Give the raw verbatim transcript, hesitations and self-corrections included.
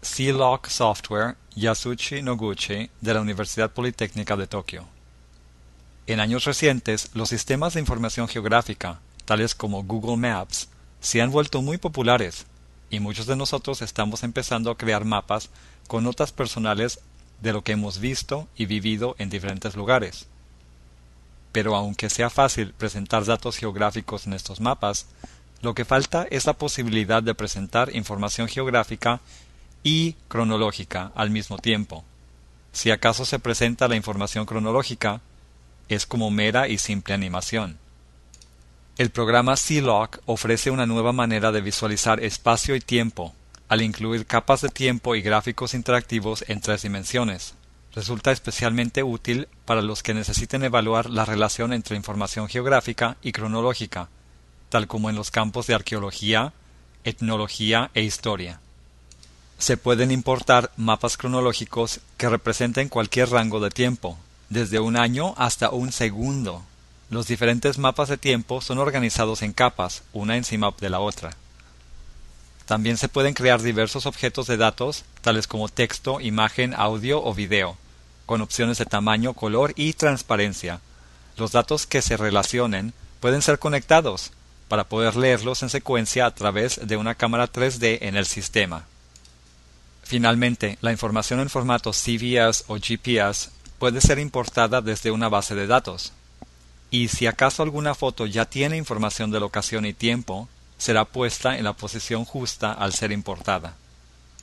C-Lock Software Yasushi Noguchi de la Universidad Politécnica de Tokio. En años recientes, los sistemas de información geográfica, tales como Google Maps, se han vuelto muy populares, y muchos de nosotros estamos empezando a crear mapas con notas personales de lo que hemos visto y vivido en diferentes lugares. Pero aunque sea fácil presentar datos geográficos en estos mapas, lo que falta es la posibilidad de presentar información geográfica y cronológica al mismo tiempo. Si acaso se presenta la información cronológica, es como mera y simple animación. El programa C-Lock ofrece una nueva manera de visualizar espacio y tiempo, al incluir capas de tiempo y gráficos interactivos en tres dimensiones. Resulta especialmente útil para los que necesiten evaluar la relación entre información geográfica y cronológica, tal como en los campos de arqueología, etnología e historia. Se pueden importar mapas cronológicos que representen cualquier rango de tiempo, desde un año hasta un segundo. Los diferentes mapas de tiempo son organizados en capas, una encima de la otra. También se pueden crear diversos objetos de datos, tales como texto, imagen, audio o video, con opciones de tamaño, color y transparencia. Los datos que se relacionen pueden ser conectados, para poder leerlos en secuencia a través de una cámara tres D en el sistema. Finalmente, la información en formato C V S o G P S puede ser importada desde una base de datos. Y si acaso alguna foto ya tiene información de locación y tiempo, será puesta en la posición justa al ser importada.